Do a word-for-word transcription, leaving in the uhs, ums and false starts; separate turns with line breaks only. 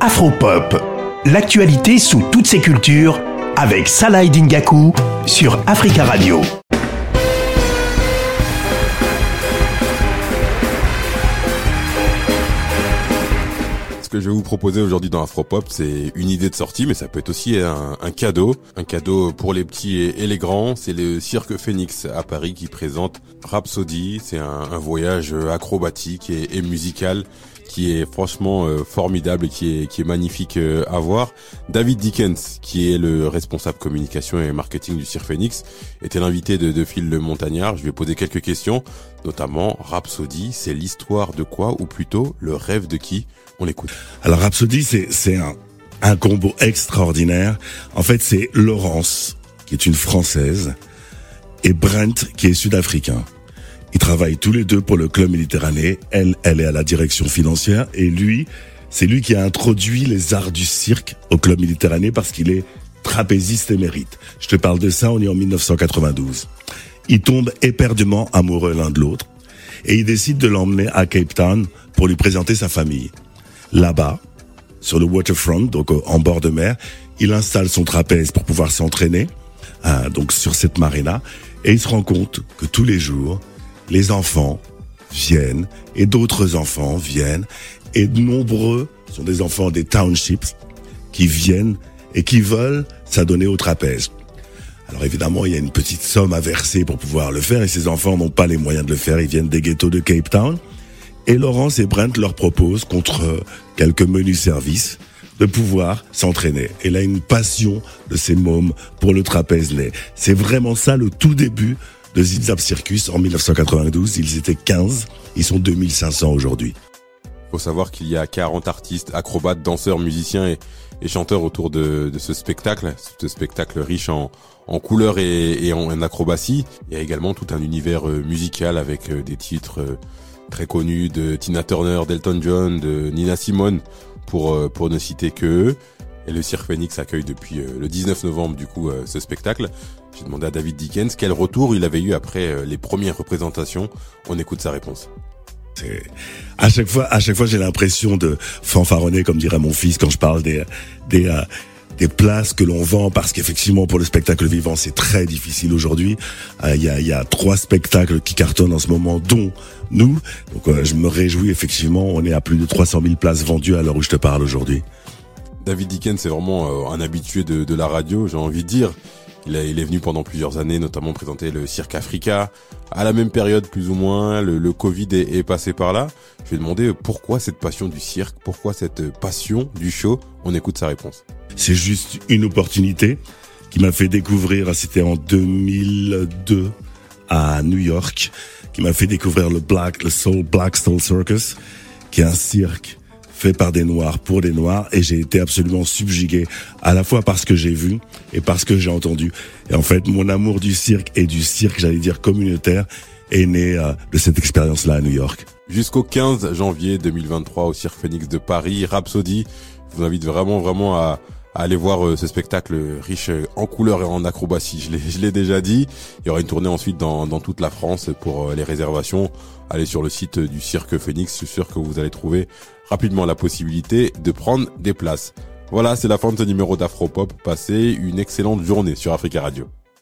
Afropop, l'actualité sous toutes ses cultures avec Salah Dingaku sur Africa Radio.
Ce que je vais vous proposer aujourd'hui dans Afropop, c'est une idée de sortie, mais ça peut être aussi un, un cadeau. Un cadeau pour les petits et, et les grands. C'est le Cirque Phoenix à Paris qui présente Rhapsody. C'est un, un voyage acrobatique et, et musical qui est franchement euh, formidable et qui est, qui est magnifique euh, à voir. David Dickens, qui est le responsable communication et marketing du Cirque Phoenix, était l'invité de, de Phil Le Montagnard. Je lui ai posé quelques questions, notamment Rhapsody, c'est l'histoire de quoi, ou plutôt le rêve de qui? On l'écoute.
Alors Rhapsody, c'est, c'est un, un combo extraordinaire. En fait, c'est Laurence, qui est une Française, et Brent, qui est sud-africain. Ils travaillent tous les deux pour le Club Méditerranée. Elle, elle est à la direction financière. Et lui, c'est lui qui a introduit les arts du cirque au Club Méditerranée parce qu'il est trapéziste émérite. Je te parle de ça, on est en dix-neuf cent quatre-vingt-douze. Ils tombent éperdument amoureux l'un de l'autre. Et ils décident de l'emmener à Cape Town pour lui présenter sa famille. Là-bas, sur le waterfront, donc en bord de mer, il installe son trapèze pour pouvoir s'entraîner, hein, donc sur cette marina. Et il se rend compte que tous les jours, les enfants viennent et d'autres enfants viennent et de nombreux sont des enfants des townships qui viennent et qui veulent s'adonner au trapèze. Alors évidemment, il y a une petite somme à verser pour pouvoir le faire et ces enfants n'ont pas les moyens de le faire. Ils viennent des ghettos de Cape Town et Laurence et Brent leur proposent, contre quelques menus services, de pouvoir s'entraîner. Et là, une passion de ces mômes pour le trapèze naît. C'est vraiment ça le tout début de Zip Zap Circus en dix-neuf cent quatre-vingt-douze. Ils étaient quinze, ils sont deux mille cinq cents aujourd'hui.
Faut savoir qu'il y a quarante artistes, acrobates, danseurs, musiciens et, et chanteurs autour de, de ce spectacle, ce spectacle riche en, en couleurs et, et en, en acrobatie. Il y a également tout un univers euh, musical avec euh, des titres euh, très connus de Tina Turner, d'Elton John, de Nina Simone, pour euh, pour ne citer que eux. Et le Cirque Phoenix accueille depuis euh, le dix-neuf novembre du coup euh, ce spectacle. J'ai demandé à David Dickens quel retour il avait eu après euh, les premières représentations. On écoute sa réponse.
C'est... À chaque fois, à chaque fois, j'ai l'impression de fanfaronner, comme dirait mon fils, quand je parle des des euh, des places que l'on vend, parce qu'effectivement, pour le spectacle vivant, c'est très difficile aujourd'hui. Il euh, y a il y a trois spectacles qui cartonnent en ce moment, dont nous. Donc, euh, je me réjouis effectivement. On est à plus de trois cent mille places vendues à l'heure où je te parle aujourd'hui.
David Dickens, c'est vraiment euh, un habitué de, de la radio, j'ai envie de dire. Il, a, il est venu pendant plusieurs années, notamment présenter le Cirque Africa. À la même période, plus ou moins, le, le Covid est, est passé par là. Je lui ai demandé pourquoi cette passion du cirque, pourquoi cette passion du show. On écoute sa réponse.
C'est juste une opportunité qui m'a fait découvrir, c'était en deux mille deux à New York, qui m'a fait découvrir le Black, le Soul Black Soul Circus, qui est un cirque fait par des Noirs, pour des Noirs, et j'ai été absolument subjugué, à la fois par ce que j'ai vu et par ce que j'ai entendu. Et en fait, mon amour du cirque et du cirque, j'allais dire communautaire, est né euh, de cette expérience-là à New York.
Jusqu'au quinze janvier deux mille vingt-trois au Cirque Phoenix de Paris, Rhapsody. Je vous invite vraiment, vraiment à, à aller voir euh, ce spectacle riche en couleurs et en acrobatie. Je l'ai, je l'ai déjà dit. Il y aura une tournée ensuite dans, dans toute la France pour euh, les réservations. Allez sur le site du Cirque Phoenix. Je suis sûr que vous allez trouver rapidement la possibilité de prendre des places. Voilà, c'est la fin de ce numéro d'Afropop. Passez une excellente journée sur Africa Radio.